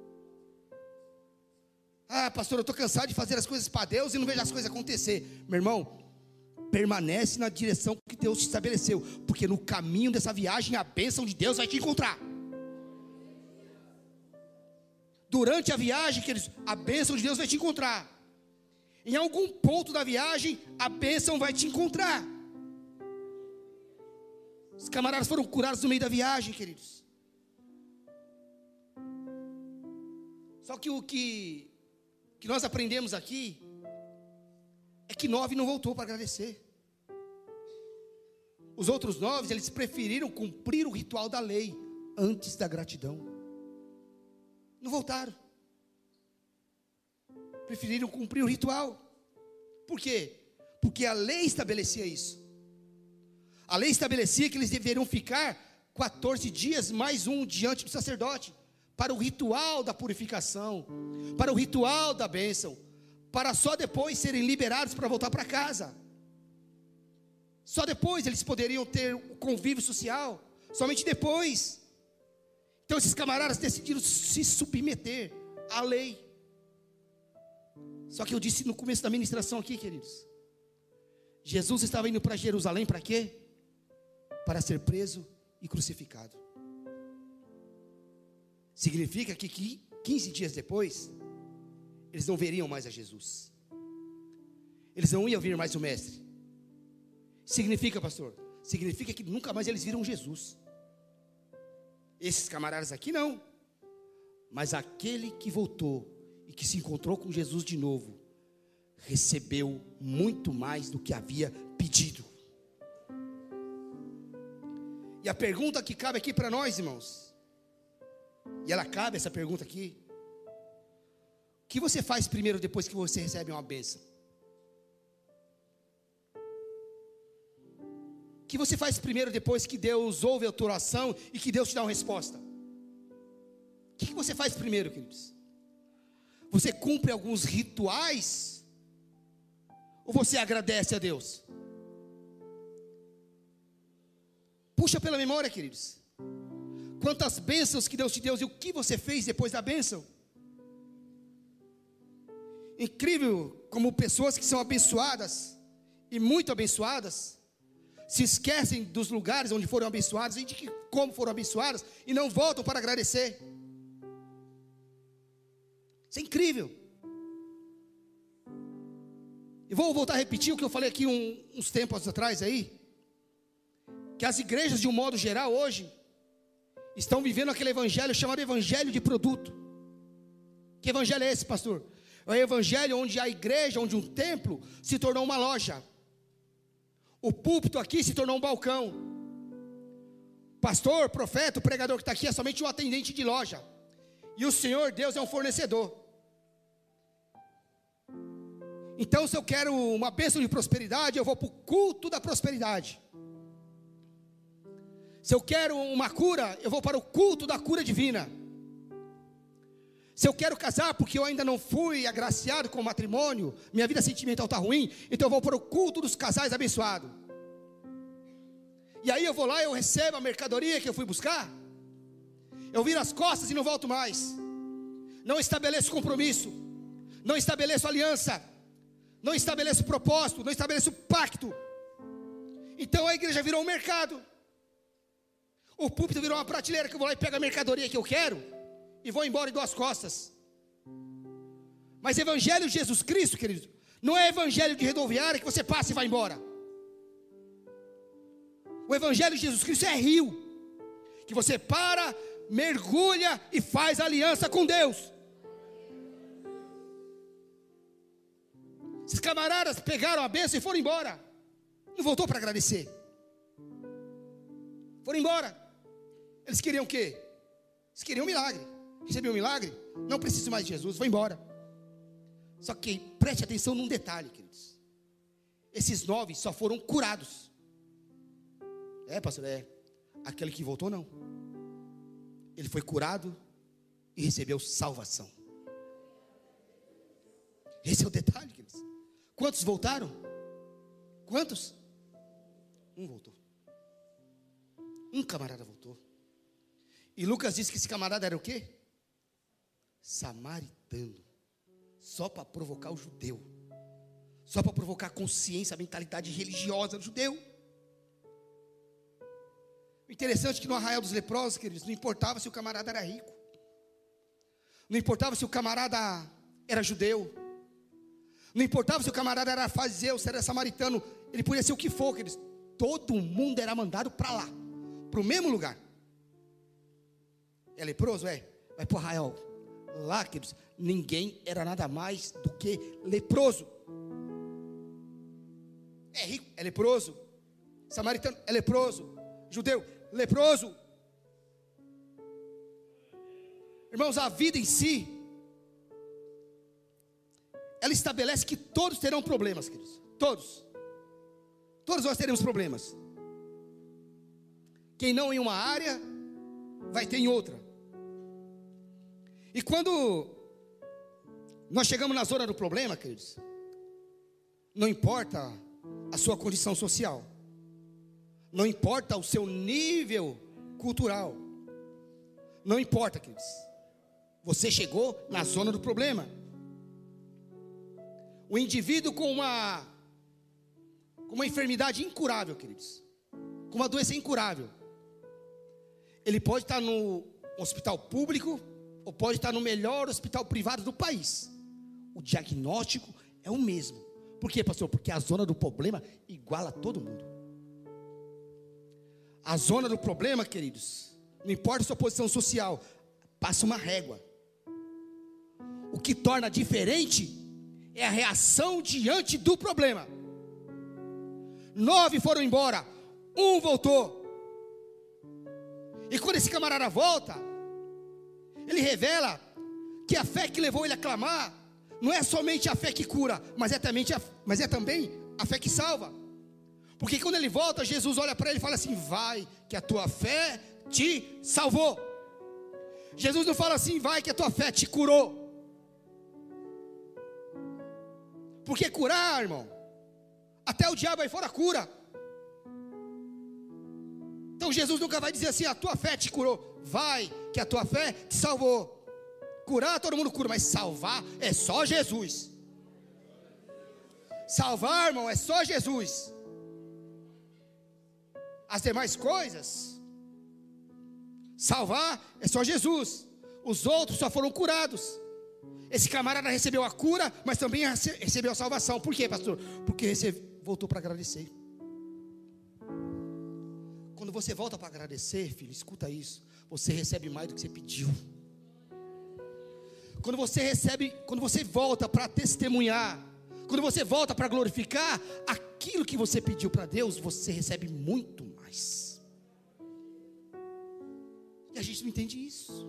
S1: Ah, pastor, eu estou cansado de fazer as coisas para Deus e não vejo as coisas acontecer. Meu irmão, permanece na direção que Deus te estabeleceu, porque no caminho dessa viagem a bênção de Deus vai te encontrar. Durante a viagem, queridos, a bênção de Deus vai te encontrar. Em algum ponto da viagem, a bênção vai te encontrar. Os camaradas foram curados no meio da viagem, queridos. Só que o que, que nós aprendemos aqui é que nove não voltou para agradecer. Os outros nove, eles preferiram cumprir o ritual da lei antes da gratidão. Não voltaram. Preferiram cumprir o ritual. Por quê? Porque a lei estabelecia isso. A lei estabelecia que eles deveriam ficar quatorze dias mais um diante do sacerdote, para o ritual da purificação, para o ritual da bênção, para só depois serem liberados para voltar para casa. Só depois eles poderiam ter o convívio social, somente depois. Então esses camaradas decidiram se submeter à lei. Só que eu disse no começo da ministração aqui, queridos, Jesus estava indo para Jerusalém para quê? Para ser preso e crucificado. Significa que quinze dias depois, eles não veriam mais a Jesus. Eles não iam ver mais o mestre. Significa, pastor? Significa que nunca mais eles viram Jesus. Esses camaradas aqui não. Mas aquele que voltou e que se encontrou com Jesus de novo, recebeu muito mais do que havia pedido. E a pergunta que cabe aqui para nós, irmãos, e ela cabe, essa pergunta aqui: o que você faz primeiro depois que você recebe uma bênção? O que você faz primeiro depois que Deus ouve a tua oração e que Deus te dá uma resposta? O que você faz primeiro, queridos? Você cumpre alguns rituais? Ou você agradece a Deus? Puxa pela memória, queridos. Quantas bênçãos que Deus te deu e o que você fez depois da bênção. Incrível como pessoas que são abençoadas e muito abençoadas se esquecem dos lugares onde foram abençoadas e de que, como foram abençoadas e não voltam para agradecer. Isso é incrível. E vou voltar a repetir o que eu falei aqui um, uns tempos atrás aí, que as igrejas de um modo geral hoje estão vivendo aquele evangelho chamado evangelho de produto. Que evangelho é esse, pastor? É o evangelho onde a igreja, onde um templo se tornou uma loja. O púlpito aqui se tornou um balcão. Pastor, profeta, o pregador que está aqui é somente um atendente de loja. E o Senhor Deus é um fornecedor. Então, se eu quero uma bênção de prosperidade, eu vou para o culto da prosperidade. Se eu quero uma cura, eu vou para o culto da cura divina. Se eu quero casar, porque eu ainda não fui agraciado com o matrimônio, minha vida sentimental está ruim, então eu vou para o culto dos casais abençoados. E aí eu vou lá e eu recebo a mercadoria que eu fui buscar. Eu viro as costas e não volto mais. Não estabeleço compromisso. Não estabeleço aliança. Não estabeleço propósito. Não estabeleço pacto. Então a igreja virou um mercado. O púlpito virou uma prateleira que eu vou lá e pego a mercadoria que eu quero e vou embora e dou as costas. Mas evangelho de Jesus Cristo, querido, não é evangelho de rodoviária que você passa e vai embora. O evangelho de Jesus Cristo é rio, que você para, mergulha e faz aliança com Deus. Esses camaradas pegaram a bênção e foram embora. Não voltou para agradecer. Foram embora. Eles queriam o quê? Eles queriam um milagre. Receber um milagre? Não preciso mais de Jesus, vou embora. Só que preste atenção num detalhe, queridos. Esses nove só foram curados. É, pastor, é. Aquele que voltou, não. Ele foi curado e recebeu salvação. Esse é o detalhe, queridos. Quantos voltaram? Quantos? Um voltou. Um camarada voltou. E Lucas disse que esse camarada era o quê? Samaritano. Só para provocar o judeu. Só para provocar a consciência, a mentalidade religiosa do judeu. O interessante é que no arraial dos leprosos, queridos, não importava se o camarada era rico. Não importava se o camarada era judeu. Não importava se o camarada era fariseu, se era samaritano. Ele podia ser o que for, queridos. Todo mundo era mandado para lá. Para o mesmo lugar. É leproso? É. Vai para o arraial. Lá, queridos, ninguém era nada mais do que leproso. É rico? É leproso. Samaritano? É leproso. Judeu? Leproso. Irmãos, a vida em si, ela estabelece que todos terão problemas, queridos. Todos. Todos nós teremos problemas. Quem não em uma área, vai ter em outra. E quando nós chegamos na zona do problema, queridos, não importa a sua condição social, não importa o seu nível cultural, não importa, queridos, você chegou na zona do problema. O indivíduo com uma, com uma enfermidade incurável, queridos, com uma doença incurável, ele pode estar no hospital público ou pode estar no melhor hospital privado do país. O diagnóstico é o mesmo. Por quê, pastor? Porque a zona do problema iguala todo mundo. A zona do problema, queridos, não importa a sua posição social, passa uma régua. O que torna diferente é a reação diante do problema. Nove foram embora, um voltou. E quando esse camarada volta, ele revela que a fé que levou ele a clamar não é somente a fé que cura, mas é também a, mas é também a fé que salva. Porque quando ele volta, Jesus olha para ele e fala assim: vai, que a tua fé te salvou. Jesus não fala assim: vai, que a tua fé te curou. Porque curar, irmão, até o diabo aí fora cura. Então Jesus nunca vai dizer assim: a tua fé te curou. Vai, que a tua fé te salvou. Curar todo mundo cura, mas salvar é só Jesus. Salvar, irmão, é só Jesus. As demais coisas, salvar é só Jesus. Os outros só foram curados. Esse camarada recebeu a cura, mas também recebeu a salvação. Por quê, pastor? Porque você voltou para agradecer. Quando você volta para agradecer, filho, escuta isso, você recebe mais do que você pediu. Quando você recebe, quando você volta para testemunhar, quando você volta para glorificar, aquilo que você pediu para Deus, você recebe muito mais. E a gente não entende isso.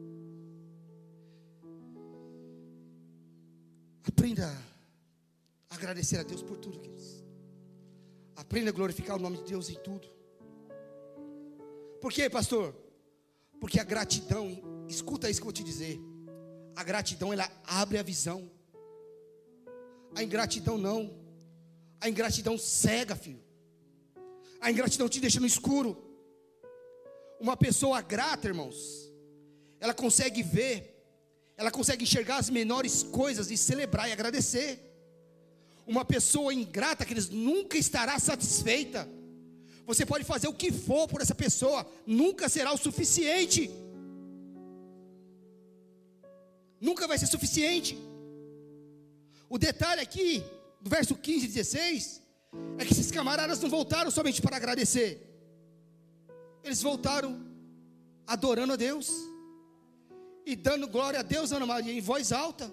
S1: Aprenda a agradecer a Deus por tudo, queridos. Aprenda a glorificar o nome de Deus em tudo. Por quê, pastor? Porque a gratidão, escuta isso que eu vou te dizer. A gratidão, ela abre a visão. A ingratidão não. A ingratidão cega, filho. A ingratidão te deixa no escuro. Uma pessoa grata, irmãos, ela consegue ver, ela consegue enxergar as menores coisas e celebrar e agradecer. Uma pessoa ingrata, que eles nunca estará satisfeita. Você pode fazer o que for por essa pessoa, nunca será o suficiente. Nunca vai ser suficiente. O detalhe aqui, do verso quinze e dezesseis, é que esses camaradas não voltaram somente para agradecer. Eles voltaram adorando a Deus e dando glória a Deus, Ana Maria, em voz alta.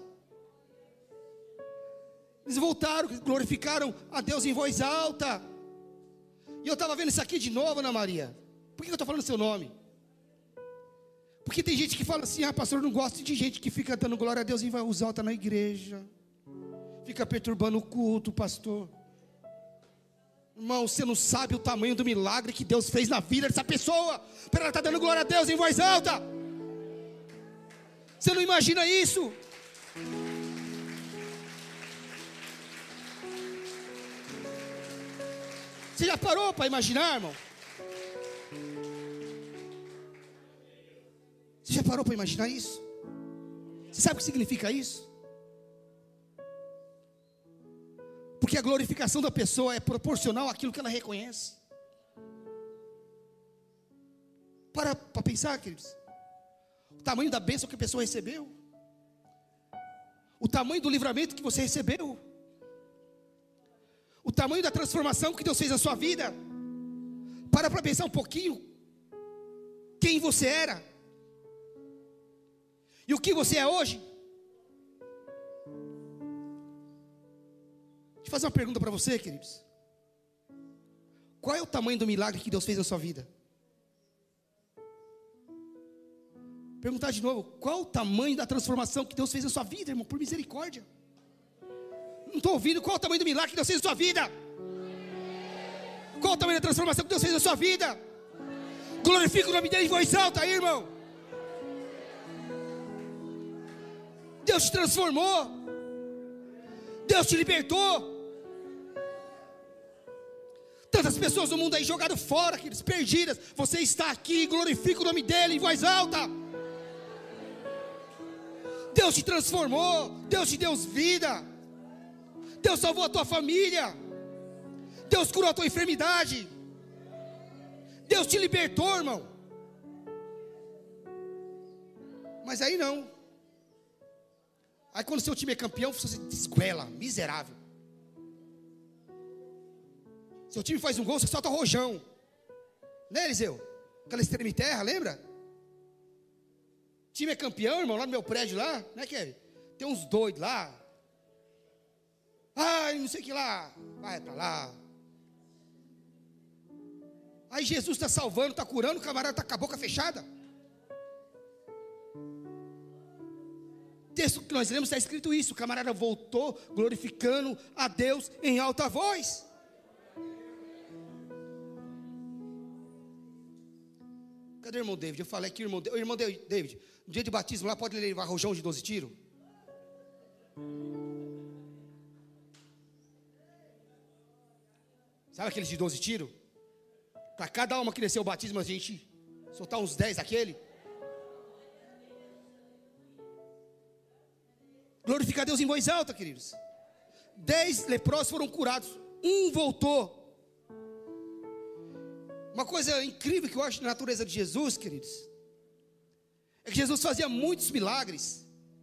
S1: Eles voltaram, glorificaram a Deus em voz alta. E eu estava vendo isso aqui de novo, Ana Maria. Por que eu estou falando seu nome? Porque tem gente que fala assim: ah, pastor, eu não gosto de gente que fica dando glória a Deus em voz alta na igreja, fica perturbando o culto, pastor. Irmão, você não sabe o tamanho do milagre que Deus fez na vida dessa pessoa, para ela estar dando glória a Deus em voz alta. Você não imagina isso? Você já parou para imaginar, irmão? Você já parou para imaginar isso? Você sabe o que significa isso? Porque a glorificação da pessoa é proporcional àquilo que ela reconhece. Para para pensar, queridos. O tamanho da bênção que a pessoa recebeu. O tamanho do livramento que você recebeu. O tamanho da transformação que Deus fez na sua vida. Para para pensar um pouquinho quem você era e o que você é hoje. Deixa eu fazer uma pergunta para você, queridos. Qual é o tamanho do milagre que Deus fez na sua vida? Perguntar de novo: qual o tamanho da transformação que Deus fez na sua vida, irmão? Por misericórdia. Não estou ouvindo. Qual o tamanho do milagre que Deus fez na sua vida? Qual o tamanho da transformação que Deus fez na sua vida? Glorifica o nome dele em voz alta aí, irmão. Deus te transformou. Deus te libertou. Tantas pessoas no mundo aí jogadas fora, queridos, perdidas. Você está aqui, glorifica o nome dele em voz alta. Deus te transformou. Deus te deu vida. Deus salvou a tua família. Deus curou a tua enfermidade. Deus te libertou, irmão. Mas aí não. Aí quando seu time é campeão, você desguela, miserável. Seu time faz um gol, você solta rojão. Né, Eliseu? Aquela extrema terra, lembra? O time é campeão, irmão, lá no meu prédio lá, né, Kevin? Tem uns doidos lá. Ai, não sei o que lá. Vai pra lá. Aí Jesus está salvando, está curando, o camarada está com a boca fechada. O texto que nós lemos está escrito isso. O camarada voltou glorificando a Deus em alta voz. Cadê o irmão David? Eu falei aqui, irmão, o irmão David, no dia de batismo lá, pode levar rojão de doze tiros? Sabe aqueles de doze tiros? Para cada alma que desceu o batismo, a gente soltar uns dez daquele. Glorificar Deus em voz alta, queridos. Dez leprosos foram curados. Um voltou. Uma coisa incrível que eu acho na natureza de Jesus, queridos, é que Jesus fazia muitos milagres.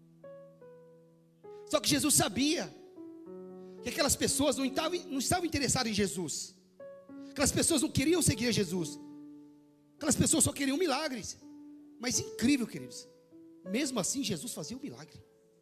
S1: Só que Jesus sabia que aquelas pessoas não estavam, não estavam interessadas em Jesus. Aquelas pessoas não queriam seguir Jesus. Aquelas pessoas só queriam milagres. Mas incrível, queridos, mesmo assim Jesus fazia um milagre.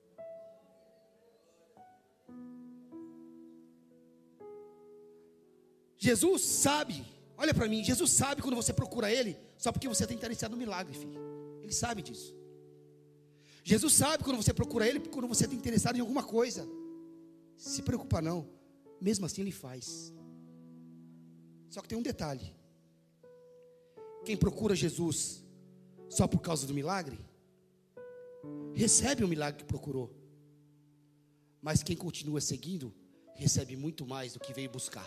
S1: Jesus sabe, olha para mim, Jesus sabe quando você procura Ele, só porque você está interessado no milagre, filho. Ele sabe disso. Jesus sabe quando você procura Ele, quando você está interessado em alguma coisa. Se preocupa não, mesmo assim Ele faz. Só que tem um detalhe: quem procura Jesus só por causa do milagre, recebe o milagre que procurou. Mas quem continua seguindo, recebe muito mais do que veio buscar.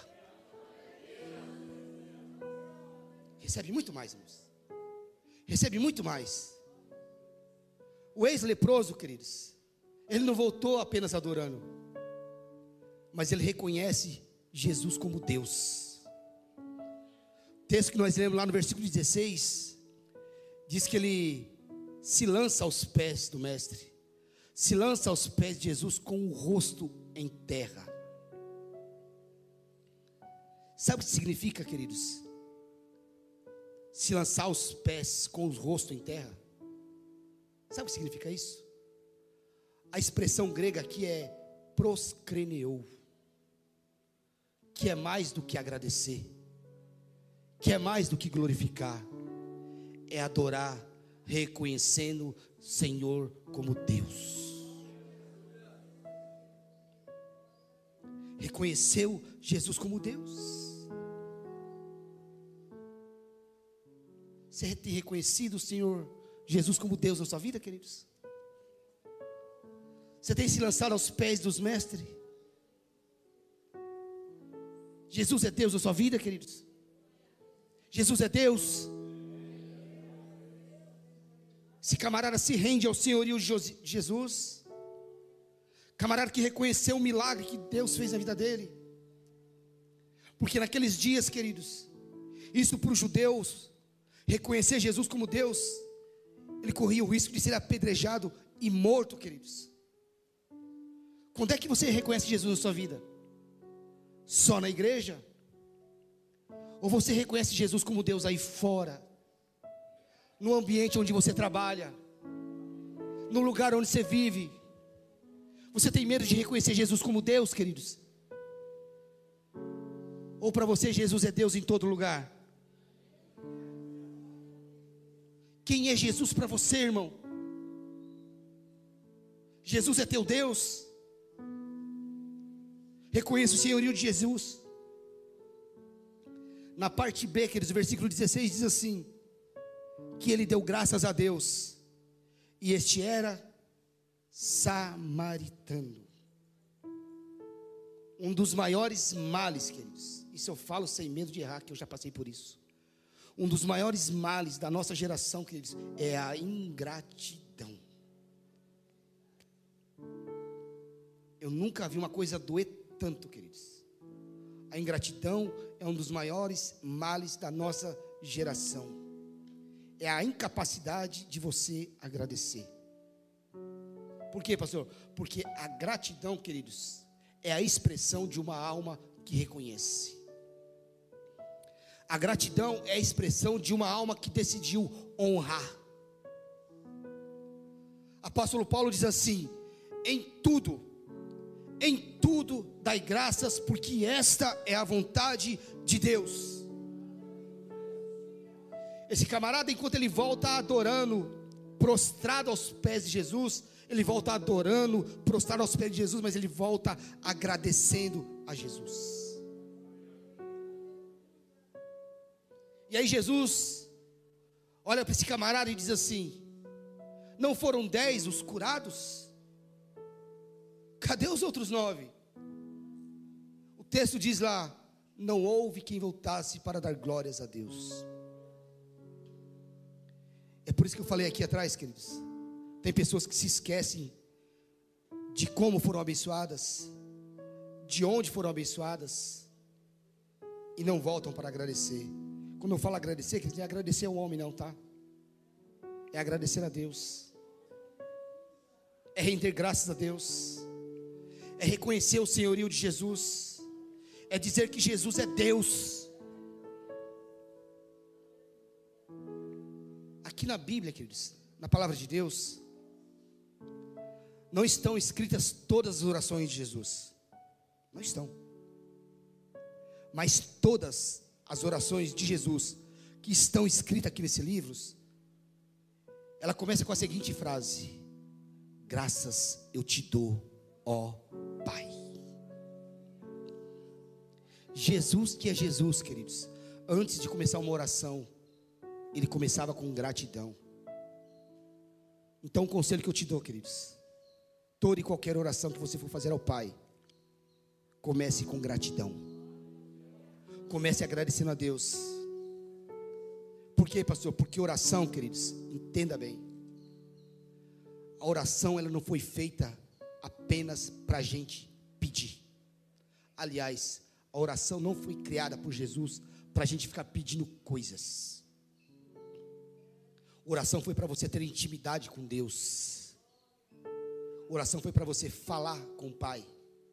S1: Recebe muito mais, irmãos. Recebe muito mais. O ex-leproso, queridos, ele não voltou apenas adorando, mas ele reconhece Jesus como Deus. O texto que nós lemos lá no versículo dezesseis diz que ele se lança aos pés do mestre, se lança aos pés de Jesus com o rosto em terra. Sabe o que significa, queridos? Se lançar aos pés com o rosto em terra. Sabe o que significa isso? A expressão grega aqui é proskreneo, que é mais do que agradecer, que é mais do que glorificar, é adorar, reconhecendo o Senhor como Deus. Reconheceu Jesus como Deus. Você tem reconhecido o Senhor Jesus como Deus na sua vida, queridos? Você tem se lançado aos pés dos mestres? Jesus é Deus na sua vida, queridos? Jesus é Deus? Esse camarada se rende ao senhorio de Jesus. Camarada que reconheceu o milagre que Deus fez na vida dele. Porque naqueles dias, queridos, isso para os judeus, reconhecer Jesus como Deus, ele corria o risco de ser apedrejado e morto, queridos. Quando é que você reconhece Jesus na sua vida? Só na igreja? Ou você reconhece Jesus como Deus aí fora? No ambiente onde você trabalha? No lugar onde você vive? Você tem medo de reconhecer Jesus como Deus, queridos? Ou para você Jesus é Deus em todo lugar? Quem é Jesus para você, irmão? Jesus é teu Deus? Reconheça o senhorio de Jesus. Na parte B, queridos, o versículo dezesseis diz assim: que ele deu graças a Deus, e este era samaritano. Um dos maiores males, queridos, isso eu falo sem medo de errar, que eu já passei por isso. Um dos maiores males da nossa geração, queridos, é a ingratidão. Eu nunca vi uma coisa doer tanto, queridos. A ingratidão é um dos maiores males da nossa geração. É a incapacidade de você agradecer. Por quê, pastor? Porque a gratidão, queridos, é a expressão de uma alma que reconhece. A gratidão é a expressão de uma alma que decidiu honrar. Apóstolo Paulo diz assim: em tudo, em tudo dai graças, porque esta é a vontade de Deus. Esse camarada, enquanto ele volta adorando, prostrado aos pés de Jesus, ele volta adorando, prostrado aos pés de Jesus, mas ele volta agradecendo a Jesus. E aí Jesus olha para esse camarada e diz assim: não foram dez os curados? Cadê os outros nove? O texto diz lá: não houve quem voltasse para dar glórias a Deus. É por isso que eu falei aqui atrás, queridos, tem pessoas que se esquecem de como foram abençoadas, de onde foram abençoadas, e não voltam para agradecer. Quando eu falo agradecer, queridos, não é agradecer ao homem não, tá? É agradecer a Deus, é render graças a Deus, é reconhecer o senhorio de Jesus, é dizer que Jesus é Deus. Aqui na Bíblia, queridos, na palavra de Deus, não estão escritas todas as orações de Jesus, não estão, mas todas as orações de Jesus que estão escritas aqui nesse livro, ela começa com a seguinte frase: graças eu te dou, ó Pai. Jesus, que é Jesus, queridos, antes de começar uma oração, ele começava com gratidão. Então o conselho que eu te dou, queridos, toda e qualquer oração que você for fazer ao Pai, comece com gratidão, comece agradecendo a Deus. Por quê, pastor? Porque oração, queridos, entenda bem, a oração ela não foi feita apenas para a gente pedir. Aliás, a oração não foi criada por Jesus para a gente ficar pedindo coisas. Oração foi para você ter intimidade com Deus. Oração foi para você falar com o Pai.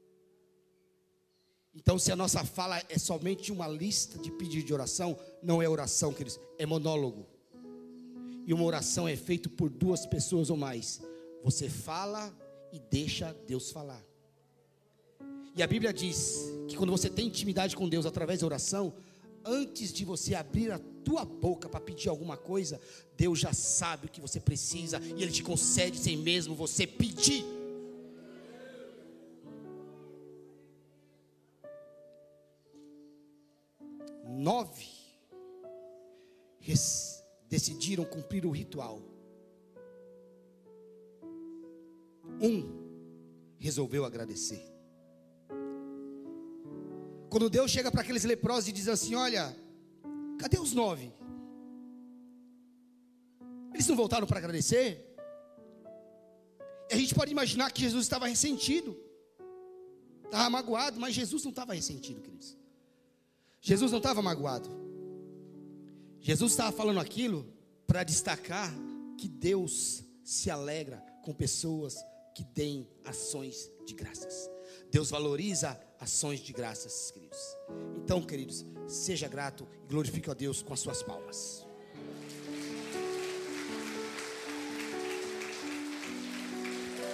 S1: Então, se a nossa fala é somente uma lista de pedidos de oração, não é oração, queridos, é monólogo. E uma oração é feita por duas pessoas ou mais. Você fala e deixa Deus falar. E a Bíblia diz que quando você tem intimidade com Deus através da oração, antes de você abrir a tua boca para pedir alguma coisa, Deus já sabe o que você precisa e Ele te concede sem mesmo você pedir. Nove res, decidiram cumprir o ritual. Um resolveu agradecer. Quando Deus chega para aqueles leprosos e diz assim: olha, cadê os nove? Eles não voltaram para agradecer? E a gente pode imaginar que Jesus estava ressentido, estava magoado, mas Jesus não estava ressentido, queridos. Jesus não estava magoado. Jesus estava falando aquilo para destacar que Deus se alegra com pessoas que deem ações de graças. Deus valoriza ações de graças, queridos. Então, queridos, seja grato e glorifique a Deus com as suas palmas.